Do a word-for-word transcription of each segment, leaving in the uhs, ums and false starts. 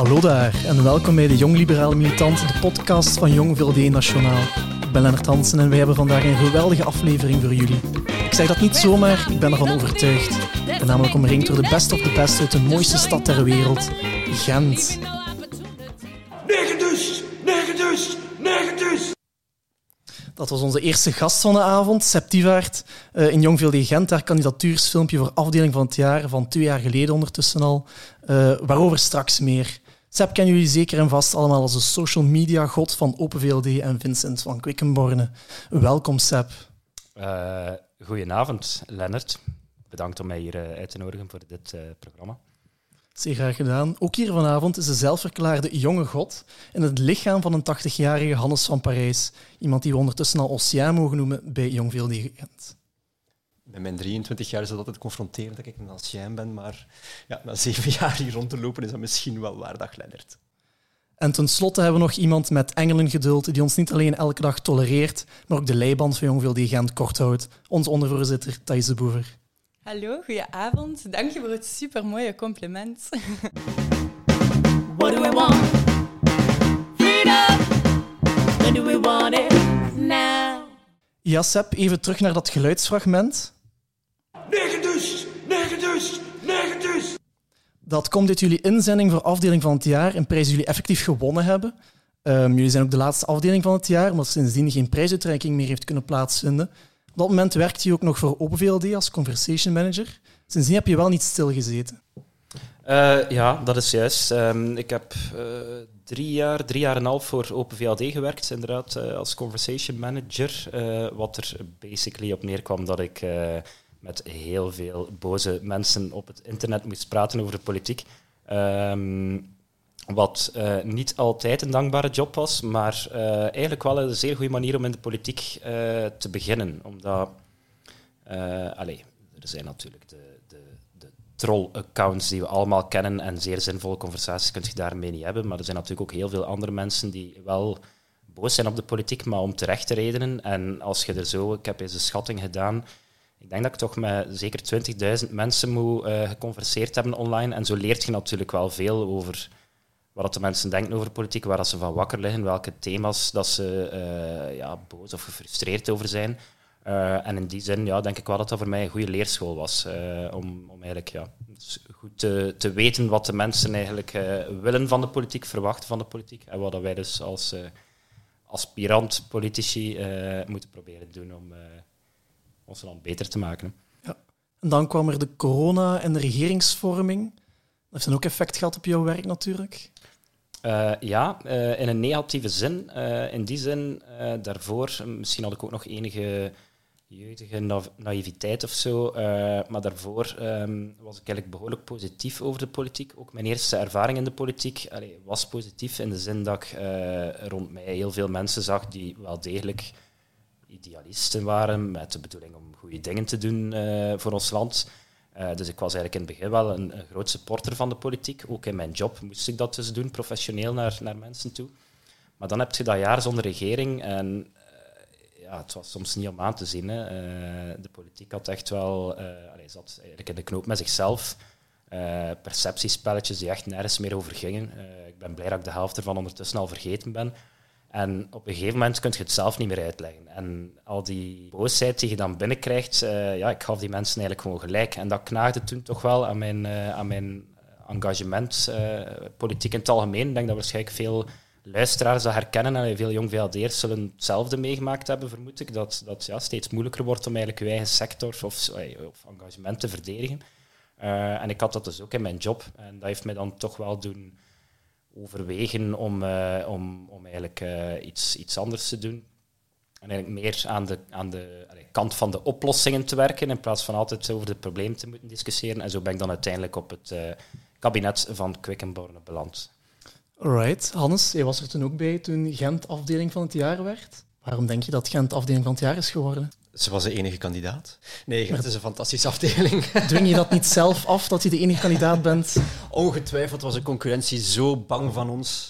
Hallo daar en welkom bij de Jong Liberale Militant, de podcast van Jong V L D Nationaal. Ik ben Lennart Hansen en wij hebben vandaag een geweldige aflevering voor jullie. Ik zeg dat niet zomaar, ik ben ervan overtuigd. Ik ben namelijk omringd door de best of the best uit de mooiste stad ter wereld, Gent. Negen dus! Negen dus! Negen dus! Dat was onze eerste gast van de avond, Sepp Tivaert, uh, in Jong V L D Gent. Haar kandidatuursfilmpje voor afdeling van het jaar, van twee jaar geleden ondertussen al. Uh, waarover straks meer. Sepp kennen jullie zeker en vast allemaal als de social media god van Open V L D en Vincent van Quickenborne. Welkom, Sepp. Uh, goedenavond, Lennart. Bedankt om mij hier uh, uit te nodigen voor dit uh, programma. Zeer graag gedaan. Ook hier vanavond is de zelfverklaarde jonge god in het lichaam van een tachtigjarige Hannes van Parijs. Iemand die we ondertussen al Oceaan mogen noemen bij Jong V L D Gent. Bij mijn drieëntwintig jaar is dat altijd confronterend dat ik een ancien ben, maar ja, na zeven jaar hier rond te lopen is dat misschien wel waar, dag Lennart. En tenslotte hebben we nog iemand met engelengeduld die ons niet alleen elke dag tolereert, maar ook de leiband van Jong V L D Gent kort houdt. Onze ondervoorzitter Thijs de Boever. Hallo, goedenavond. Dank je voor het supermooie compliment. What do we want? Freedom! When do we want it? Now. Ja, Sepp, even terug naar dat geluidsfragment. Negen dus! Negen dus! Negen dus! Dat komt uit jullie inzending voor afdeling van het jaar, een prijs die jullie effectief gewonnen hebben. Um, jullie zijn ook de laatste afdeling van het jaar, omdat sindsdien geen prijsuitreiking meer heeft kunnen plaatsvinden. Op dat moment werkte je ook nog voor Open V L D als conversation manager. Sindsdien heb je wel niet stilgezeten. Uh, ja, dat is juist. Um, ik heb uh, drie jaar, drie jaar en een half voor Open V L D gewerkt, inderdaad, uh, als conversation manager. Uh, wat er basically op neerkwam dat ik uh, met heel veel boze mensen op het internet moest praten over de politiek. Um, Wat uh, niet altijd een dankbare job was, maar uh, eigenlijk wel een zeer goede manier om in de politiek uh, te beginnen. Omdat, uh, allez, er zijn natuurlijk de, de, de troll-accounts die we allemaal kennen en zeer zinvolle conversaties kun je daarmee niet hebben. Maar er zijn natuurlijk ook heel veel andere mensen die wel boos zijn op de politiek, maar om terechte redenen. En als je er zo, ik heb eens een schatting gedaan, ik denk dat ik toch met zeker twintigduizend mensen moet uh, geconverseerd hebben online. En zo leert je natuurlijk wel veel over wat de mensen denken over politiek, waar dat ze van wakker liggen, welke thema's dat ze uh, ja, boos of gefrustreerd over zijn. Uh, en in die zin ja, denk ik wel dat dat voor mij een goede leerschool was. Uh, om, om eigenlijk ja, dus goed te, te weten wat de mensen eigenlijk uh, willen van de politiek, verwachten van de politiek. En wat dat wij dus als uh, aspirant politici uh, moeten proberen doen om uh, ons land beter te maken. Ja. En dan kwam er de corona en de regeringsvorming. Dat heeft dan ook effect gehad op jouw werk natuurlijk. Uh, ja, uh, in een negatieve zin. Uh, in die zin, uh, daarvoor, misschien had ik ook nog enige jeugdige na- naïviteit of zo, uh, maar daarvoor um, was ik eigenlijk behoorlijk positief over de politiek. Ook mijn eerste ervaring in de politiek allee, was positief in de zin dat ik uh, rond mij heel veel mensen zag die wel degelijk idealisten waren, met de bedoeling om goede dingen te doen uh, voor ons land. Uh, dus ik was eigenlijk in het begin wel een, een groot supporter van de politiek. Ook in mijn job moest ik dat dus doen, professioneel naar, naar mensen toe. Maar dan heb je dat jaar zonder regering en uh, ja, het was soms niet om aan te zien. Hè. Uh, de politiek had echt wel, uh, allez, zat eigenlijk in de knoop met zichzelf. Uh, perceptiespelletjes die echt nergens meer over gingen. Uh, ik ben blij dat ik de helft ervan ondertussen al vergeten ben. En op een gegeven moment kun je het zelf niet meer uitleggen. En al die boosheid die je dan binnenkrijgt, uh, ja, ik gaf die mensen eigenlijk gewoon gelijk. En dat knaagde toen toch wel aan mijn, uh, aan mijn engagement, uh, politiek in het algemeen. Ik denk dat waarschijnlijk veel luisteraars dat herkennen en veel jong V L D'ers zullen hetzelfde meegemaakt hebben, vermoed ik. Dat het ja, steeds moeilijker wordt om eigenlijk je eigen sector of, of engagement te verdedigen. Uh, en ik had dat dus ook in mijn job. En dat heeft mij dan toch wel doen overwegen om, uh, om, om eigenlijk uh, iets, iets anders te doen. En eigenlijk meer aan de, aan de allee, kant van de oplossingen te werken, in plaats van altijd over het probleem te moeten discussiëren. En zo ben ik dan uiteindelijk op het uh, kabinet van Quickenborne beland. Alright. Hannes, jij was er toen ook bij toen Gent afdeling van het jaar werd. Waarom denk je dat Gent afdeling van het jaar is geworden? Ze was de enige kandidaat. Nee, Gent is een fantastische afdeling. Dwing je dat niet zelf af, dat je de enige kandidaat bent? Ongetwijfeld was de concurrentie zo bang van ons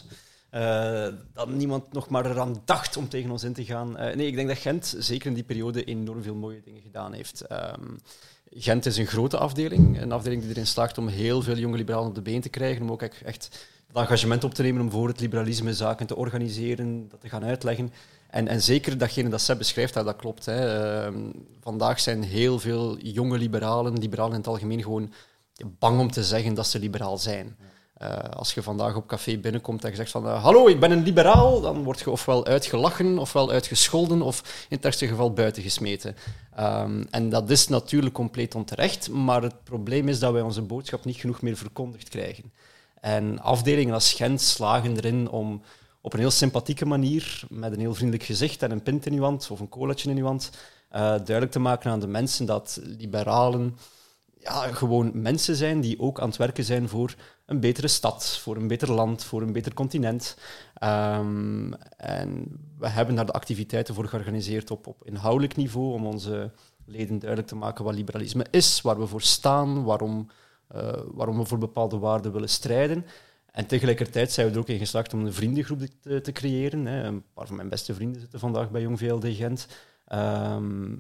uh, dat niemand nog maar eraan dacht om tegen ons in te gaan. Uh, nee, ik denk dat Gent zeker in die periode enorm veel mooie dingen gedaan heeft. Um, Gent is een grote afdeling, een afdeling die erin slaagt om heel veel jonge liberalen op de been te krijgen, om ook echt dat engagement op te nemen om voor het liberalisme zaken te organiseren, dat te gaan uitleggen. En, en zeker datgene dat Seb beschrijft, dat, dat klopt. Hè. Uh, vandaag zijn heel veel jonge liberalen, liberalen in het algemeen, gewoon bang om te zeggen dat ze liberaal zijn. Uh, als je vandaag op café binnenkomt en je zegt van uh, hallo, ik ben een liberaal, dan word je ofwel uitgelachen, ofwel uitgescholden, of in het ergste geval buitengesmeten. Um, en dat is natuurlijk compleet onterecht, maar het probleem is dat wij onze boodschap niet genoeg meer verkondigd krijgen. En afdelingen als Gent slagen erin om op een heel sympathieke manier, met een heel vriendelijk gezicht en een pint in uw hand, of een colaatje in uw hand, uh, duidelijk te maken aan de mensen dat liberalen ja, gewoon mensen zijn die ook aan het werken zijn voor een betere stad, voor een beter land, voor een beter continent. Um, en we hebben daar de activiteiten voor georganiseerd op, op inhoudelijk niveau, om onze leden duidelijk te maken wat liberalisme is, waar we voor staan, waarom, uh, waarom we voor bepaalde waarden willen strijden. En tegelijkertijd zijn we er ook in geslaagd om een vriendengroep te, te creëren. Hè. Een paar van mijn beste vrienden zitten vandaag bij Jong V L D Gent. Um,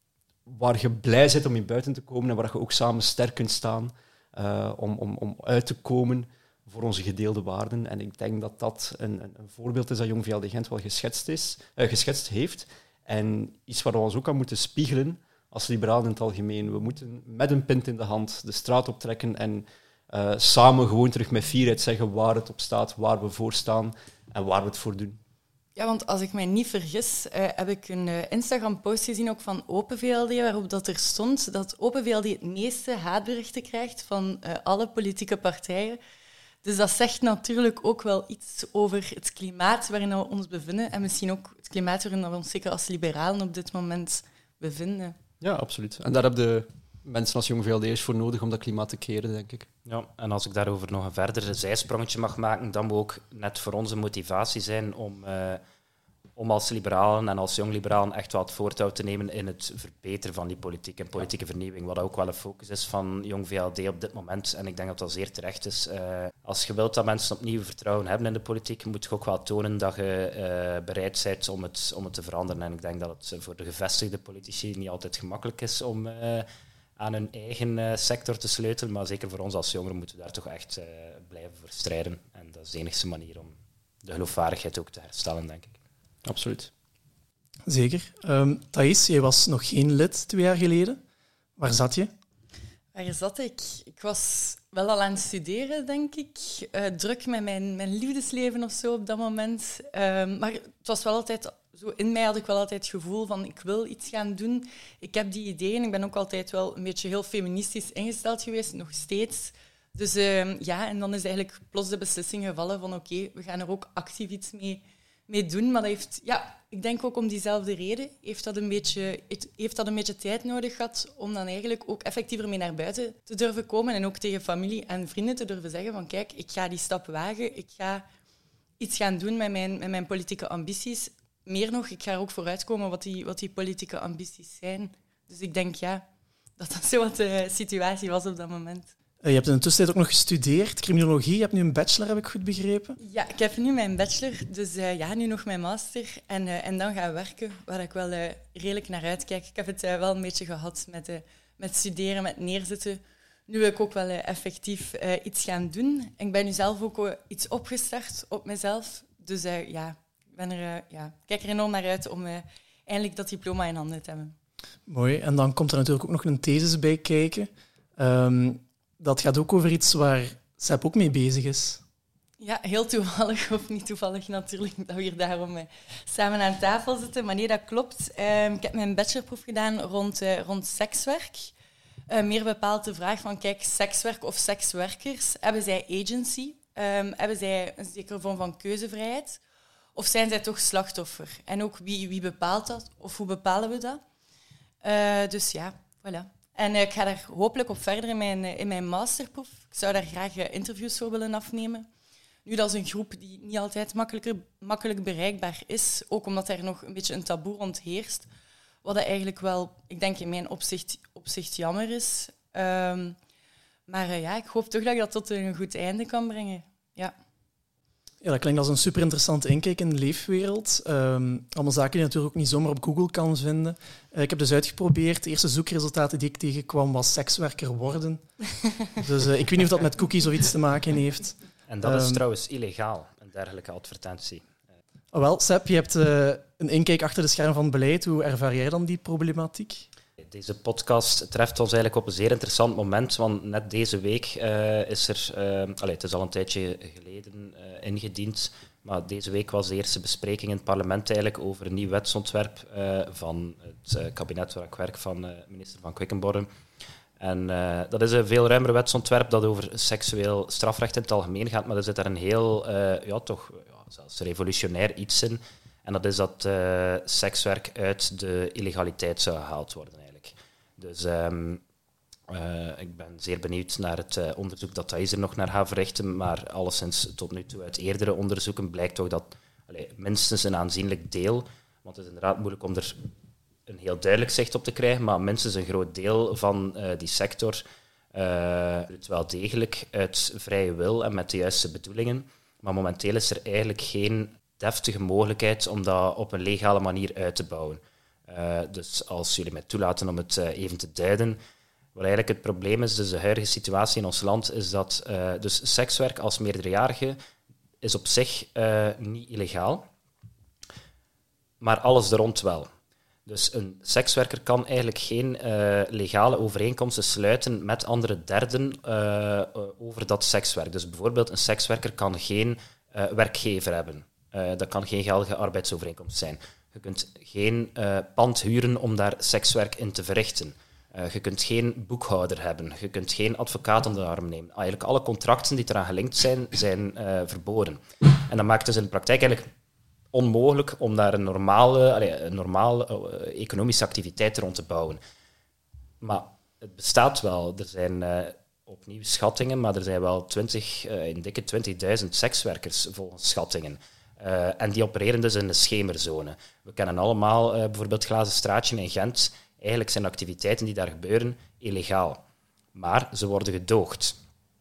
waar je blij bent om in buiten te komen en waar je ook samen sterk kunt staan uh, om, om, om uit te komen voor onze gedeelde waarden. En ik denk dat dat een, een, een voorbeeld is dat Jong V L D Gent wel geschetst, is, uh, geschetst heeft. En iets waar we ons ook aan moeten spiegelen als liberalen in het algemeen. We moeten met een pint in de hand de straat optrekken en uh, samen gewoon terug met fierheid zeggen waar het op staat, waar we voor staan en waar we het voor doen. Ja, want als ik mij niet vergis, uh, heb ik een uh, Instagram-post gezien ook van Open V L D, waarop dat er stond dat Open V L D het meeste haatberichten krijgt van uh, alle politieke partijen. Dus dat zegt natuurlijk ook wel iets over het klimaat waarin we ons bevinden en misschien ook het klimaat waarin we ons zeker als liberalen op dit moment bevinden. Ja, absoluut. En daar hebben de mensen als Jong V L D'ers voor nodig om dat klimaat te keren, denk ik. Ja, en als ik daarover nog een verder zijsprongetje mag maken, dan moet ook net voor onze motivatie zijn om, uh, om als liberalen en als jong-liberalen echt wel het voortouw te nemen in het verbeteren van die politiek en politieke vernieuwing, wat ook wel een focus is van Jong V L D op dit moment. En ik denk dat dat zeer terecht is. Uh, als je wilt dat mensen opnieuw vertrouwen hebben in de politiek, moet je ook wel tonen dat je uh, bereid bent om het, om het te veranderen. En ik denk dat het voor de gevestigde politici niet altijd gemakkelijk is om Uh, aan hun eigen uh, sector te sleutelen, maar zeker voor ons als jongeren moeten we daar toch echt uh, blijven voor strijden. En dat is de enige manier om de geloofwaardigheid ook te herstellen, denk ik. Absoluut. Zeker. Um, Thais, jij was nog geen lid twee jaar geleden. Waar zat je? Waar zat ik? Ik was wel al aan het studeren, denk ik. Uh, druk met mijn, mijn liefdesleven of zo op dat moment. Um, maar het was wel altijd... Zo in mij had ik wel altijd het gevoel van ik wil iets gaan doen. Ik heb die ideeën. Ik ben ook altijd wel een beetje heel feministisch ingesteld geweest, nog steeds. Dus uh, ja, en dan is eigenlijk plots de beslissing gevallen van oké, okay, we gaan er ook actief iets mee, mee doen. Maar dat heeft, ja, ik denk ook om diezelfde reden heeft dat, een beetje, heeft dat een beetje tijd nodig gehad om dan eigenlijk ook effectiever mee naar buiten te durven komen en ook tegen familie en vrienden te durven zeggen van kijk, ik ga die stap wagen. Ik ga iets gaan doen met mijn, met mijn politieke ambities. Meer nog, ik ga er ook vooruitkomen wat die, wat die politieke ambities zijn. Dus ik denk ja, dat dat zo wat de situatie was op dat moment. Je hebt in de tussentijd ook nog gestudeerd, criminologie. Je hebt nu een bachelor, heb ik goed begrepen? Ja, ik heb nu mijn bachelor, dus uh, ja, nu nog mijn master. En, uh, en dan gaan werken, waar ik wel uh, redelijk naar uitkijk. Ik heb het uh, wel een beetje gehad met, uh, met studeren, met neerzitten. Nu wil ik ook wel uh, effectief uh, iets gaan doen. Ik ben nu zelf ook uh, iets opgestart op mezelf. Dus uh, ja... Ik ben er, uh, ja, kijk er enorm naar uit om uh, eindelijk dat diploma in handen te hebben. Mooi. En dan komt er natuurlijk ook nog een thesis bij kijken. Um, dat gaat ook over iets waar Seb ook mee bezig is. Ja, heel toevallig, of niet toevallig natuurlijk, dat we hier daarom uh, samen aan tafel zitten. Maar nee, dat klopt. Um, ik heb mijn bachelorproef gedaan rond, uh, rond sekswerk. Uh, meer bepaald de vraag van, kijk, sekswerk of sekswerkers, hebben zij agency? Um, hebben zij een zekere vorm van keuzevrijheid? Of zijn zij toch slachtoffer? En ook wie, wie bepaalt dat? Of hoe bepalen we dat? Uh, dus ja, voilà. En uh, ik ga daar hopelijk op verder in mijn, uh, in mijn masterproef. Ik zou daar graag uh, interviews voor willen afnemen. Nu, dat is een groep die niet altijd makkelijker, makkelijk bereikbaar is. Ook omdat er nog een beetje een taboe rond heerst. Wat dat eigenlijk wel, ik denk in mijn opzicht, opzicht jammer is. Um, maar uh, ja, ik hoop toch dat ik dat tot een goed einde kan brengen. Ja. Ja, dat klinkt als een super interessante inkijk in de leefwereld. Um, allemaal zaken die je natuurlijk ook niet zomaar op Google kan vinden. Uh, ik heb dus uitgeprobeerd. De eerste zoekresultaten die ik tegenkwam was sekswerker worden. Dus uh, ik weet niet of dat met cookies of iets te maken heeft. En dat is Um, trouwens illegaal, een dergelijke advertentie. Oh, wel, Seb, je hebt uh, een inkijk achter de schermen van het beleid. Hoe ervaar jij dan die problematiek? Deze podcast treft ons eigenlijk op een zeer interessant moment, want net deze week uh, is er... Uh, allez, het is al een tijdje geleden uh, ingediend, maar deze week was de eerste bespreking in het parlement eigenlijk over een nieuw wetsontwerp uh, van het uh, kabinet waar ik werk, van uh, minister Van Quickenborne. En uh, dat is een veel ruimer wetsontwerp dat over seksueel strafrecht in het algemeen gaat, maar er zit daar een heel, uh, ja, toch ja, zelfs revolutionair iets in. En dat is dat uh, sekswerk uit de illegaliteit zou gehaald worden eigenlijk. Dus um, uh, ik ben zeer benieuwd naar het uh, onderzoek dat Thais er nog naar gaat verrichten, maar alleszins tot nu toe uit eerdere onderzoeken blijkt toch dat allee, minstens een aanzienlijk deel, want het is inderdaad moeilijk om er een heel duidelijk zicht op te krijgen, maar minstens een groot deel van uh, die sector uh, doet wel degelijk uit vrije wil en met de juiste bedoelingen. Maar momenteel is er eigenlijk geen deftige mogelijkheid om dat op een legale manier uit te bouwen. Uh, dus als jullie mij toelaten om het uh, even te duiden, wat eigenlijk het probleem is, dus de huidige situatie in ons land, is dat uh, dus sekswerk als meerderjarige is op zich uh, niet illegaal, maar alles er rond wel. Dus een sekswerker kan eigenlijk geen uh, legale overeenkomsten sluiten met andere derden uh, over dat sekswerk. Dus bijvoorbeeld een sekswerker kan geen uh, werkgever hebben. Uh, dat kan geen geldige arbeidsovereenkomst zijn. Je kunt geen uh, pand huren om daar sekswerk in te verrichten. Uh, je kunt geen boekhouder hebben. Je kunt geen advocaat onder de arm nemen. Eigenlijk alle contracten die eraan gelinkt zijn, zijn uh, verboden. En dat maakt dus in de praktijk eigenlijk onmogelijk om daar een normale, allez, een normale uh, economische activiteit rond te bouwen. Maar het bestaat wel. Er zijn uh, opnieuw schattingen, maar er zijn wel twintig, uh, een dikke twintigduizend sekswerkers volgens schattingen. Uh, en die opereren dus in de schemerzone. We kennen allemaal uh, bijvoorbeeld het Glazen Straatje in Gent. Eigenlijk zijn activiteiten die daar gebeuren illegaal. Maar ze worden gedoogd.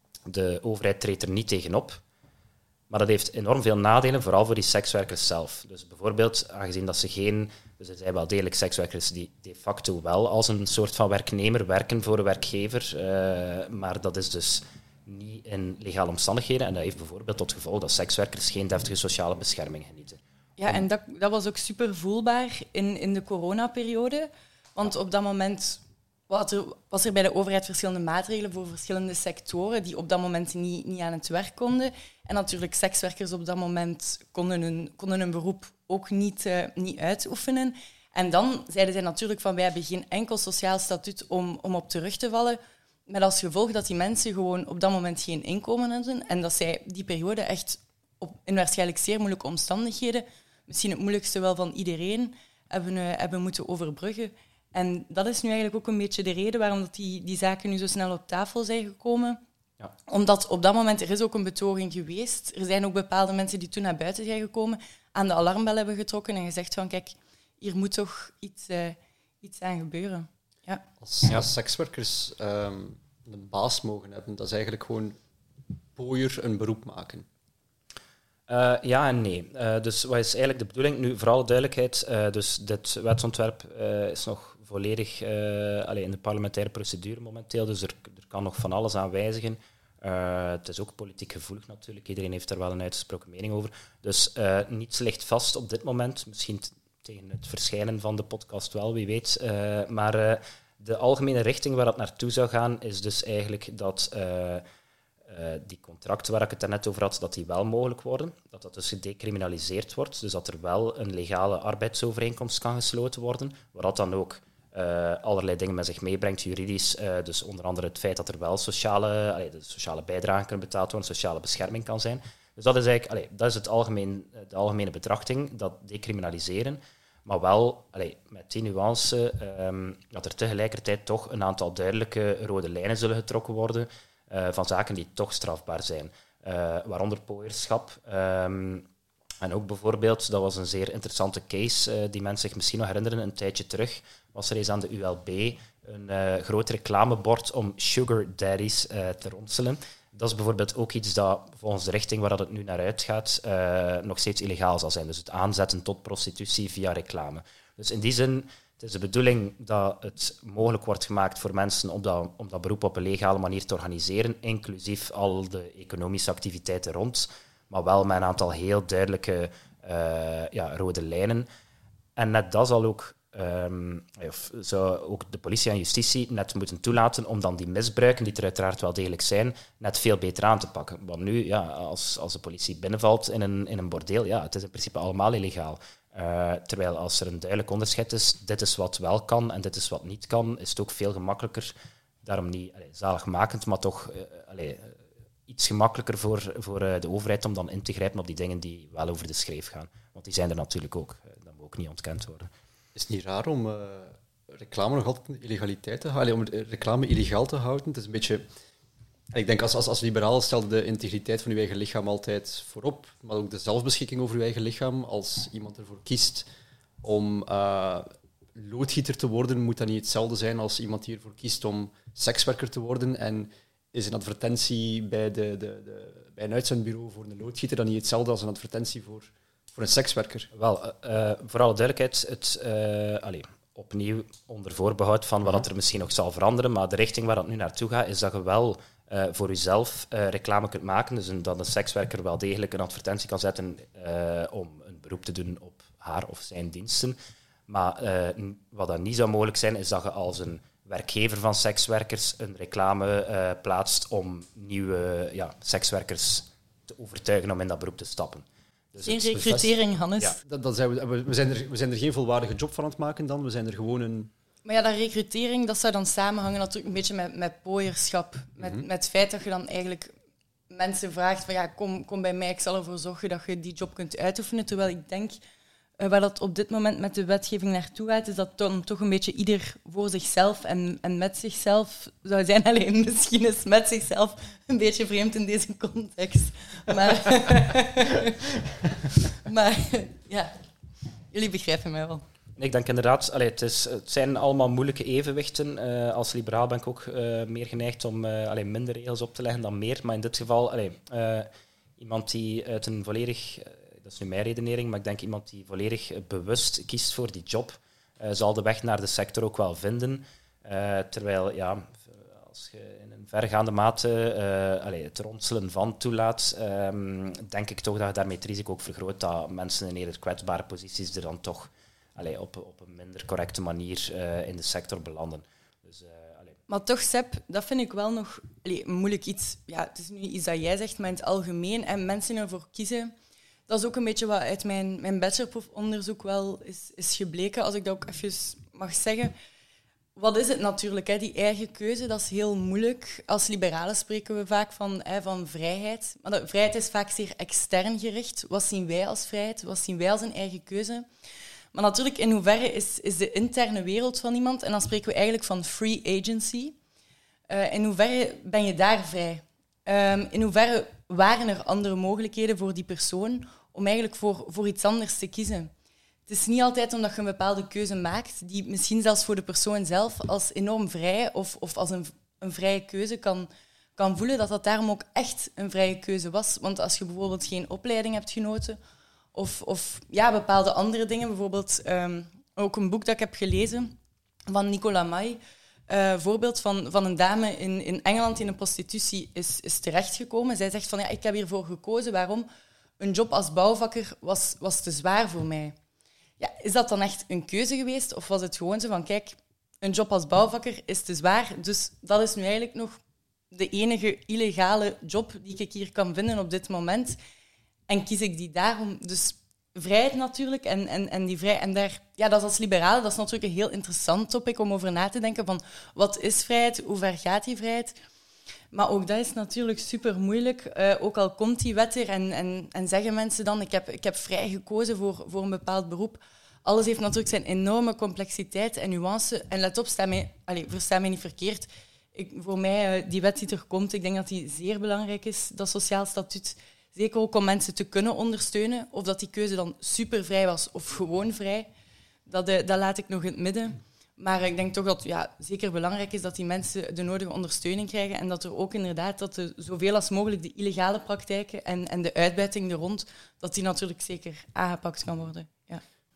De overheid treedt er niet tegenop. Maar dat heeft enorm veel nadelen, vooral voor die sekswerkers zelf. Dus bijvoorbeeld, aangezien dat ze geen... Dus er zijn wel degelijk sekswerkers die de facto wel als een soort van werknemer werken voor een werkgever. Uh, maar dat is dus niet in legale omstandigheden. En dat heeft bijvoorbeeld tot gevolg dat sekswerkers geen deftige sociale bescherming genieten. Ja, en dat, dat was ook super voelbaar in, in de coronaperiode. Want op dat moment was er, was er bij de overheid verschillende maatregelen voor verschillende sectoren die op dat moment niet, niet aan het werk konden. En natuurlijk, sekswerkers op dat moment konden hun, konden hun beroep ook niet, uh, niet uitoefenen. En dan zeiden zij natuurlijk van wij hebben geen enkel sociaal statuut om, om op terug te vallen. Met als gevolg dat die mensen gewoon op dat moment geen inkomen hadden en dat zij die periode echt op, in waarschijnlijk zeer moeilijke omstandigheden, misschien het moeilijkste wel van iedereen, hebben, uh, hebben moeten overbruggen. En dat is nu eigenlijk ook een beetje de reden waarom dat die, die zaken nu zo snel op tafel zijn gekomen. Ja. Omdat op dat moment, er is ook een betoging geweest. Er zijn ook bepaalde mensen die toen naar buiten zijn gekomen, aan de alarmbel hebben getrokken en gezegd van kijk, hier moet toch iets, uh, iets aan gebeuren. Ja. Als, als sekswerkers um, een baas mogen hebben, dat is eigenlijk gewoon pooier een beroep maken. Uh, ja en nee. Uh, dus wat is eigenlijk de bedoeling? Nu, voor alle duidelijkheid, uh, dus dit wetsontwerp uh, is nog volledig uh, allez, in de parlementaire procedure momenteel, dus er, er kan nog van alles aan wijzigen. Uh, het is ook politiek gevoelig natuurlijk, iedereen heeft daar wel een uitgesproken mening over. Dus uh, niets ligt vast op dit moment, misschien t- tegen het verschijnen van de podcast wel, wie weet. Uh, maar uh, de algemene richting waar dat naartoe zou gaan, is dus eigenlijk dat uh, uh, die contracten waar ik het daarnet over had, dat die wel mogelijk worden. Dat dat dus gedecriminaliseerd wordt, dus dat er wel een legale arbeidsovereenkomst kan gesloten worden, waar dat dan ook uh, allerlei dingen met zich meebrengt, juridisch. Uh, dus onder andere het feit dat er wel sociale, allee, de sociale bijdragen kunnen betaald worden, sociale bescherming kan zijn. Dus dat is eigenlijk allee, dat is het algemeen, de algemene betrachting, dat decriminaliseren. Maar wel allee, met die nuance um, dat er tegelijkertijd toch een aantal duidelijke rode lijnen zullen getrokken worden uh, van zaken die toch strafbaar zijn. Uh, waaronder pooierschap. Um, en ook bijvoorbeeld, dat was een zeer interessante case uh, die mensen zich misschien nog herinneren, een tijdje terug was er eens aan de U L B een uh, groot reclamebord om sugar daddies uh, te ronselen. Dat is bijvoorbeeld ook iets dat volgens de richting waar dat het nu naar uitgaat uh, nog steeds illegaal zal zijn. Dus het aanzetten tot prostitutie via reclame. Dus in die zin Het is de bedoeling dat het mogelijk wordt gemaakt voor mensen om dat, om dat beroep op een legale manier te organiseren, inclusief al de economische activiteiten rond, maar wel met een aantal heel duidelijke uh, ja, rode lijnen. En net dat zal ook, um, of zou ook de politie en justitie net moeten toelaten om dan die misbruiken, die er uiteraard wel degelijk zijn, net veel beter aan te pakken. Want nu, ja, als, als de politie binnenvalt in een, in een bordeel, ja, het is in principe allemaal illegaal. Uh, terwijl als er een duidelijk onderscheid is, dit is wat wel kan en dit is wat niet kan, is het ook veel gemakkelijker, daarom niet allee, zaligmakend, maar toch uh, allee, uh, iets gemakkelijker voor, voor uh, de overheid om dan in te grijpen op die dingen die wel over de schreef gaan. Want die zijn er natuurlijk ook. Uh, dat moet ook niet ontkend worden. Is het niet raar om uh, reclame nog altijd een illegaliteit te houden? Om reclame illegaal te houden? Het is een beetje... Ik denk als, als, als liberaal stel de integriteit van je eigen lichaam altijd voorop, maar ook de zelfbeschikking over je eigen lichaam. Als iemand ervoor kiest om uh, loodgieter te worden, moet dat niet hetzelfde zijn als iemand die ervoor kiest om sekswerker te worden. En is een advertentie bij, de, de, de, bij een uitzendbureau voor een loodgieter dan niet hetzelfde als een advertentie voor, voor een sekswerker? Wel, uh, voor alle duidelijkheid, het... Uh, allez. Opnieuw onder voorbehoud van wat er misschien nog zal veranderen, maar de richting waar het nu naartoe gaat, is dat je wel uh, voor jezelf uh, reclame kunt maken, dus een, dat een sekswerker wel degelijk een advertentie kan zetten uh, om een beroep te doen op haar of zijn diensten. Maar uh, wat dan niet zou mogelijk zijn, is dat je als een werkgever van sekswerkers een reclame uh, plaatst om nieuwe ja, sekswerkers te overtuigen om in dat beroep te stappen. Dus geen recrutering, Hannes. Ja, dat, dat zijn we, we, zijn er, we zijn er geen volwaardige job van aan het maken dan. We zijn er gewoon een... Maar ja, dat recrutering, dat zou dan samenhangen natuurlijk een beetje met, met pooierschap. Met, mm-hmm. met het feit dat je dan eigenlijk mensen vraagt van ja, kom, kom bij mij, ik zal ervoor zorgen dat je die job kunt uitoefenen. Terwijl ik denk, uh, waar dat op dit moment met de wetgeving naartoe gaat, is dat dan toch een beetje ieder voor zichzelf en, en met zichzelf zou zijn. Alleen misschien is met zichzelf een beetje vreemd in deze context. Maar, maar ja, jullie begrijpen mij wel. Ik denk inderdaad, allee, het, is, het zijn allemaal moeilijke evenwichten. Uh, als liberaal ben ik ook uh, meer geneigd om uh, allee, minder regels op te leggen dan meer. Maar in dit geval, allee, uh, iemand die uit een volledig... Uh, dat is nu mijn redenering, maar ik denk iemand die volledig uh, bewust kiest voor die job, uh, zal de weg naar de sector ook wel vinden. Uh, terwijl, ja, als je in een vergaande mate uh, allee, het ronselen van toelaat, um, denk ik toch dat je daarmee het risico ook vergroot dat mensen in eerder kwetsbare posities er dan toch... Allee, op, op een minder correcte manier uh, in de sector belanden. Dus, uh, maar toch, Seb, dat vind ik wel nog allee, moeilijk iets. Ja, het is nu iets dat jij zegt, maar in het algemeen. En mensen ervoor kiezen, dat is ook een beetje wat uit mijn, mijn bachelorproefonderzoek wel is, is gebleken, als ik dat ook even mag zeggen. Wat is het natuurlijk, hè? Die eigen keuze, dat is heel moeilijk. Als liberalen spreken we vaak van, hè, van vrijheid. Maar de vrijheid is vaak zeer extern gericht. Wat zien wij als vrijheid? Wat zien wij als een eigen keuze? Maar natuurlijk, in hoeverre is, is de interne wereld van iemand, en dan spreken we eigenlijk van free agency, uh, in hoeverre ben je daar vrij? Um, in hoeverre waren er andere mogelijkheden voor die persoon om eigenlijk voor, voor iets anders te kiezen? Het is niet altijd omdat je een bepaalde keuze maakt, die misschien zelfs voor de persoon zelf als enorm vrij of, of als een, een vrije keuze kan, kan voelen, dat dat daarom ook echt een vrije keuze was. Want als je bijvoorbeeld geen opleiding hebt genoten, Of, of ja, bepaalde andere dingen. Bijvoorbeeld um, ook een boek dat ik heb gelezen van Nicola May. Een uh, voorbeeld van, van een dame in, in Engeland die in een prostitutie is, is terechtgekomen. Zij zegt van, ja, ik heb hiervoor gekozen. Waarom? Een job als bouwvakker was, was te zwaar voor mij. Ja, is dat dan echt een keuze geweest? Of was het gewoon zo van, kijk, een job als bouwvakker is te zwaar. Dus dat is nu eigenlijk nog de enige illegale job die ik hier kan vinden op dit moment. En kies ik die daarom. Dus vrijheid natuurlijk. En, en, en, die vrij, en daar, ja, dat is als liberale, dat is natuurlijk een heel interessant topic om over na te denken. Van wat is vrijheid? Hoe ver gaat die vrijheid? Maar ook dat is natuurlijk super moeilijk. Uh, ook al komt die wet er en, en, en zeggen mensen dan, ik heb, ik heb vrij gekozen voor, voor een bepaald beroep. Alles heeft natuurlijk zijn enorme complexiteit en nuance. En let op, sta mij, allez, versta mij niet verkeerd. Ik, voor mij, uh, die wet die er komt, ik denk dat die zeer belangrijk is, dat sociaal statuut. Zeker ook om mensen te kunnen ondersteunen. Of dat die keuze dan supervrij was of gewoon vrij, dat, uh, dat laat ik nog in het midden. Maar ik denk toch dat het ja, zeker belangrijk is dat die mensen de nodige ondersteuning krijgen en dat er ook inderdaad dat er zoveel als mogelijk de illegale praktijken en, en de uitbuiting er rond, dat die natuurlijk zeker aangepakt kan worden. Ja.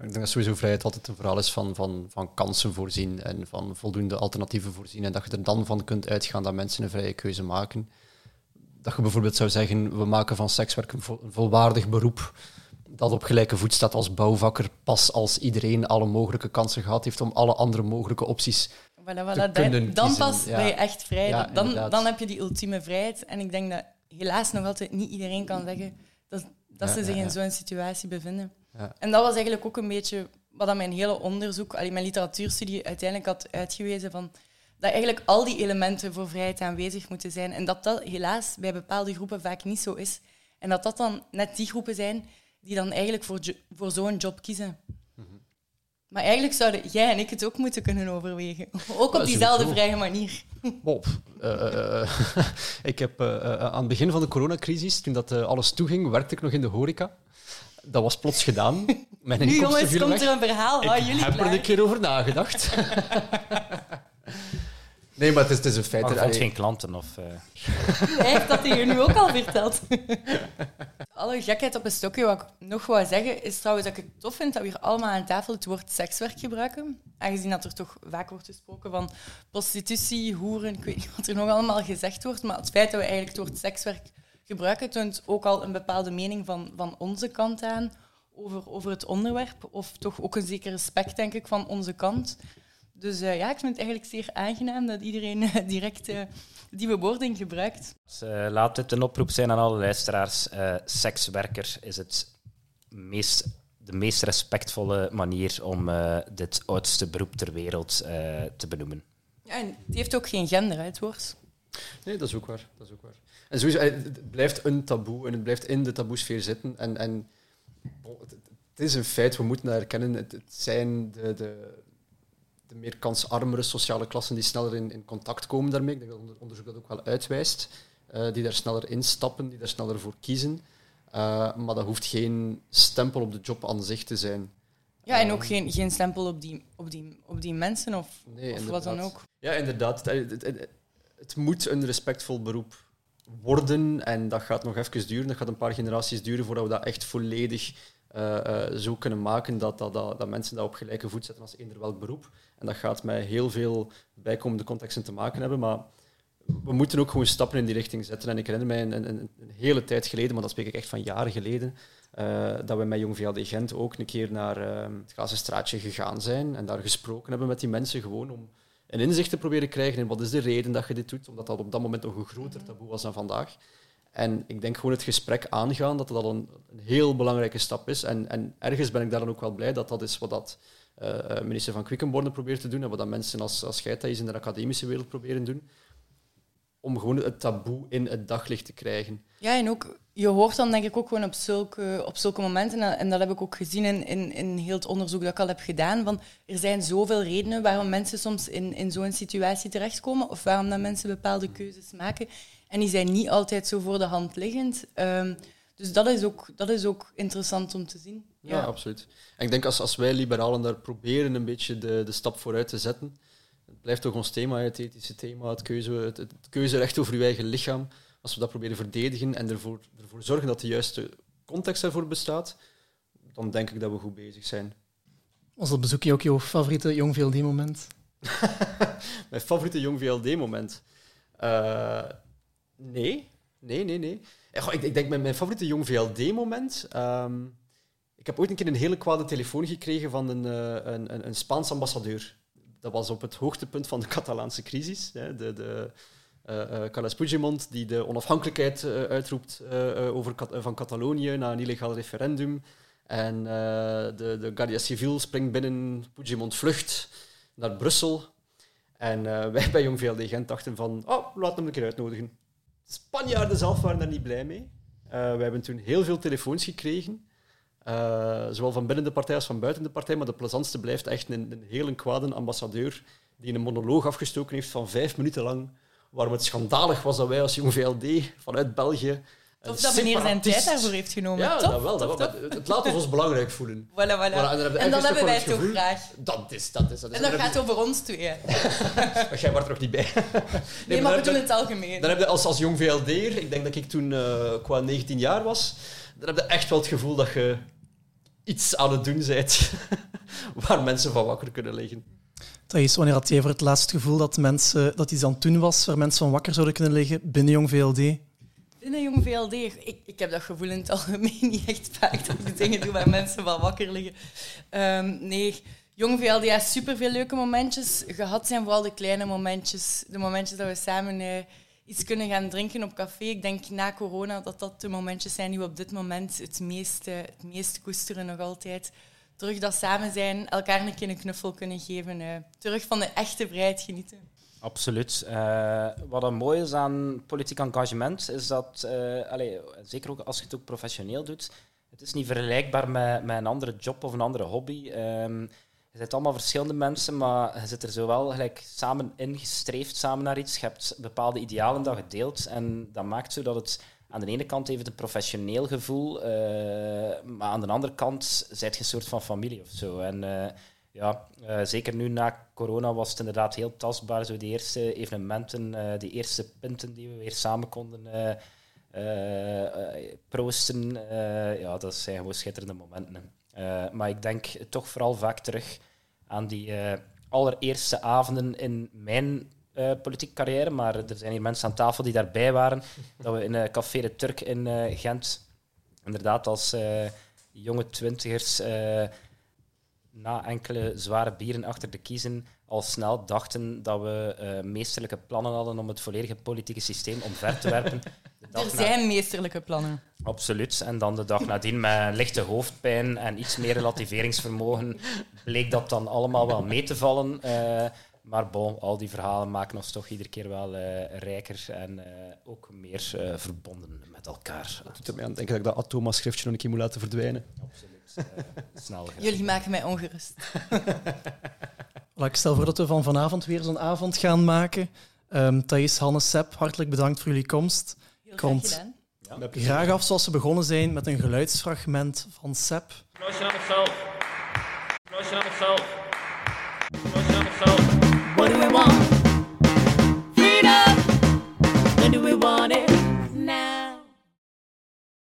Ik denk dat sowieso vrijheid altijd een verhaal is van, van, van kansen voorzien en van voldoende alternatieven voorzien. En dat je er dan van kunt uitgaan dat mensen een vrije keuze maken. Dat je bijvoorbeeld zou zeggen, we maken van sekswerk een, vol, een volwaardig beroep dat op gelijke voet staat als bouwvakker, pas als iedereen alle mogelijke kansen gehad heeft om alle andere mogelijke opties Voilà, voilà. te Dan, kunnen dan kiezen. pas Ja. ben je echt vrij. Ja, dan, inderdaad. dan heb je die ultieme vrijheid. En ik denk dat helaas nog altijd niet iedereen kan zeggen dat, dat Ja, ze zich ja, ja. in zo'n situatie bevinden. Ja. En dat was eigenlijk ook een beetje wat aan mijn hele onderzoek, allee, mijn literatuurstudie uiteindelijk had uitgewezen, van, dat eigenlijk al die elementen voor vrijheid aanwezig moeten zijn. En dat dat helaas bij bepaalde groepen vaak niet zo is. En dat dat dan net die groepen zijn die dan eigenlijk voor, jo- voor zo'n job kiezen. Mhm. Maar eigenlijk zouden jij en ik het ook moeten kunnen overwegen. Ook Ja, op diezelfde sowieso. vrije manier. Wow. Uh, uh, ik heb uh, uh, aan het begin van de coronacrisis, toen dat uh, alles toeging, werkte ik nog in de horeca. Dat was plots gedaan. Mijn Nu inkomsten jongens, vielen komt weg. er een verhaal. Hou Ik jullie heb klaar. er een keer over nagedacht. Nee, maar het is, het is een feit. Maar je er- vond geen klanten of... eh, Hij heeft dat hier nu ook al verteld. Alle gekheid op een stokje, wat ik nog wou zeggen, is trouwens dat ik het tof vind dat we hier allemaal aan tafel het woord sekswerk gebruiken. Aangezien dat er toch vaak wordt gesproken van prostitutie, hoeren, ik weet niet wat er nog allemaal gezegd wordt, maar het feit dat we eigenlijk het woord sekswerk gebruiken, toont ook al een bepaalde mening van, van onze kant aan over, over het onderwerp. Of toch ook een zeker respect, denk ik, van onze kant. Dus uh, ja, ik vind het eigenlijk zeer aangenaam dat iedereen uh, direct uh, die bewoording gebruikt. Dus, uh, laat dit een oproep zijn aan alle luisteraars. Uh, sekswerker is het meest, de meest respectvolle manier om uh, dit oudste beroep ter wereld uh, te benoemen. Ja, en het heeft ook geen gender, hè, het woord. Nee, dat is ook waar. Dat is ook waar. En sowieso, eh, het blijft een taboe en het blijft in de taboesfeer zitten. En, en bon, het, het is een feit, we moeten dat erkennen. Het, het zijn de, de, de meer kansarmere sociale klassen die sneller in, in contact komen daarmee. Ik denk dat onder- onderzoek dat ook wel uitwijst. Uh, die daar sneller instappen, die daar sneller voor kiezen. Uh, maar dat hoeft geen stempel op de job aan zich te zijn. Ja, en ook geen, geen stempel op die, op, die, op die mensen of, Nee, of wat dan inderdaad. ook. Ja, inderdaad. Het, het, het, het moet een respectvol beroep worden en dat gaat nog even duren. Dat gaat een paar generaties duren voordat we dat echt volledig uh, uh, zo kunnen maken dat, dat, dat, dat mensen dat op gelijke voet zetten als eender welk beroep. En dat gaat met heel veel bijkomende contexten te maken hebben, maar we moeten ook gewoon stappen in die richting zetten. En ik herinner mij een, een, een hele tijd geleden, maar dat spreek ik echt van jaren geleden, uh, dat we met Jong V L D Gent ook een keer naar uh, het Gazenstraatje gegaan zijn en daar gesproken hebben met die mensen, gewoon om een inzicht te proberen krijgen in wat is de reden dat je dit doet, omdat dat op dat moment nog een groter taboe was dan vandaag. En ik denk gewoon het gesprek aangaan, dat dat al een, een heel belangrijke stap is. En, en ergens ben ik daar dan ook wel blij dat dat is wat dat uh, minister Van Quickenborne probeert te doen en wat dat mensen als, als jij Thijs in de academische wereld proberen doen. Om gewoon het taboe in het daglicht te krijgen. Ja, en ook, je hoort dan denk ik ook gewoon op zulke, op zulke momenten, en dat heb ik ook gezien in, in, in heel het onderzoek dat ik al heb gedaan, van er zijn zoveel redenen waarom mensen soms in, in zo'n situatie terechtkomen of waarom dat mensen bepaalde keuzes maken. En die zijn niet altijd zo voor de hand liggend. Um, dus dat is, ook, dat is ook interessant om te zien. Ja, Ja, absoluut. En ik denk als, als wij liberalen daar proberen een beetje de, de stap vooruit te zetten, het blijft toch ons thema, het ethische thema, het, keuze, het, het keuzerecht over je eigen lichaam. Als we dat proberen verdedigen en ervoor, ervoor zorgen dat de juiste context daarvoor bestaat, dan denk ik dat we goed bezig zijn. Was dat bezoekje ook jouw favoriete Jong V L D-moment? Mijn favoriete Jong V L D-moment? Uh, nee. Nee, nee, nee. Goh, ik, ik denk mijn, mijn favoriete Jong V L D-moment... Um, ik heb ooit een keer een hele kwade telefoon gekregen van een, uh, een, een, een Spaans ambassadeur. Dat was op het hoogtepunt van de Catalaanse crisis. Hè. De, de, uh, uh, Carles Puigdemont, die de onafhankelijkheid uh, uitroept uh, uh, over Cat- uh, van Catalonië na een illegaal referendum. En uh, de, de Guardia Civil springt binnen, Puigdemont vlucht naar Brussel. En uh, wij bij Jong V L D Gent dachten van, oh, laten we hem een keer uitnodigen. De Spanjaarden zelf waren daar niet blij mee. Uh, wij hebben toen heel veel telefoons gekregen. Uh, zowel van binnen de partij als van buiten de partij. Maar de plezantste blijft echt een, een hele kwade ambassadeur die een monoloog afgestoken heeft van vijf minuten lang, waarom het schandalig was dat wij als Jong V L D vanuit België... Tof dat meneer zijn tijd daarvoor heeft genomen. Ja, Tof, dat wel. tof, Dat wel. tof. Het, het laat ons belangrijk voelen. Voilà, voilà. Voilà, en dan, heb je En dan ergens hebben toch wij wel het toch gevoel- graag. Dat is, dat is. Dat is. En dat dan gaat heb over ons tweeën. je- Jij was er nog niet bij. Nee, maar we dan doen heb het algemeen. je- Dan heb je als, als Jong V L D'er, ik denk dat ik toen uh, qua negentien jaar was, dan heb je echt wel het gevoel dat je iets aan het doen bent waar mensen van wakker kunnen liggen. Thijs, wanneer had jij voor het laatst het gevoel dat, mensen, dat iets aan het doen was waar mensen van wakker zouden kunnen liggen binnen Jong V L D? Binnen Jong V L D, ik, ik heb dat gevoel in het algemeen niet echt vaak dat ik dingen doe waar mensen van wakker liggen. Um, nee, Jong V L D heeft superveel leuke momentjes gehad, zijn vooral de kleine momentjes. De momentjes dat we samen uh, iets kunnen gaan drinken op café. Ik denk na corona dat dat de momentjes zijn die we op dit moment het meest, uh, het meest koesteren nog altijd. Terug dat samen zijn, elkaar een keer een knuffel kunnen geven. Uh, terug van de echte vrijheid genieten. Absoluut. Uh, wat er mooi is aan politiek engagement, is dat, uh, allez, zeker ook als je het ook professioneel doet, het is niet vergelijkbaar met, met een andere job of een andere hobby. Um, je zit allemaal verschillende mensen, maar je zit er zo wel gelijk samen ingestreefd samen naar iets. Je hebt bepaalde idealen dat je deelt en dat maakt zo dat het aan de ene kant heeft een professioneel gevoel, uh, maar aan de andere kant zijt je een soort van familie of zo. En uh, ja, uh, zeker nu na corona was het inderdaad heel tastbaar, zo die eerste evenementen, uh, die eerste punten die we weer samen konden uh, uh, uh, proosten. Uh, ja, dat zijn gewoon schitterende momenten. Uh, maar ik denk toch vooral vaak terug aan die uh, allereerste avonden in mijn uh, politieke carrière, maar er zijn hier mensen aan tafel die daarbij waren, dat we in uh, Café de Turk in uh, Gent, inderdaad als uh, jonge twintigers, uh, na enkele zware bieren achter de kiezen, al snel dachten dat we uh, meesterlijke plannen hadden om het volledige politieke systeem omver te werpen. Er zijn meesterlijke plannen. Absoluut. En dan de dag nadien met lichte hoofdpijn en iets meer relativeringsvermogen bleek dat dan allemaal wel mee te vallen. Uh, maar bon, al die verhalen maken ons toch iedere keer wel uh, rijker en uh, ook meer uh, verbonden met elkaar. Dat doet er mij aan denken dat ik dat Atoma-schriftje nog een keer moet laten verdwijnen. Absoluut. Uh, snel gedaan. Jullie maken mij ongerust. Well, ik stel voor dat we van vanavond weer zo'n avond gaan maken. Um, Thijs, Hannes, Sepp, hartelijk bedankt voor jullie komst. Heel Ik graag rond gedaan. Ja. graag af zoals we begonnen zijn met een geluidsfragment van Sepp. Applausje aan onszelf. Applausje aan onszelf. Applausje aan onszelf. What do we want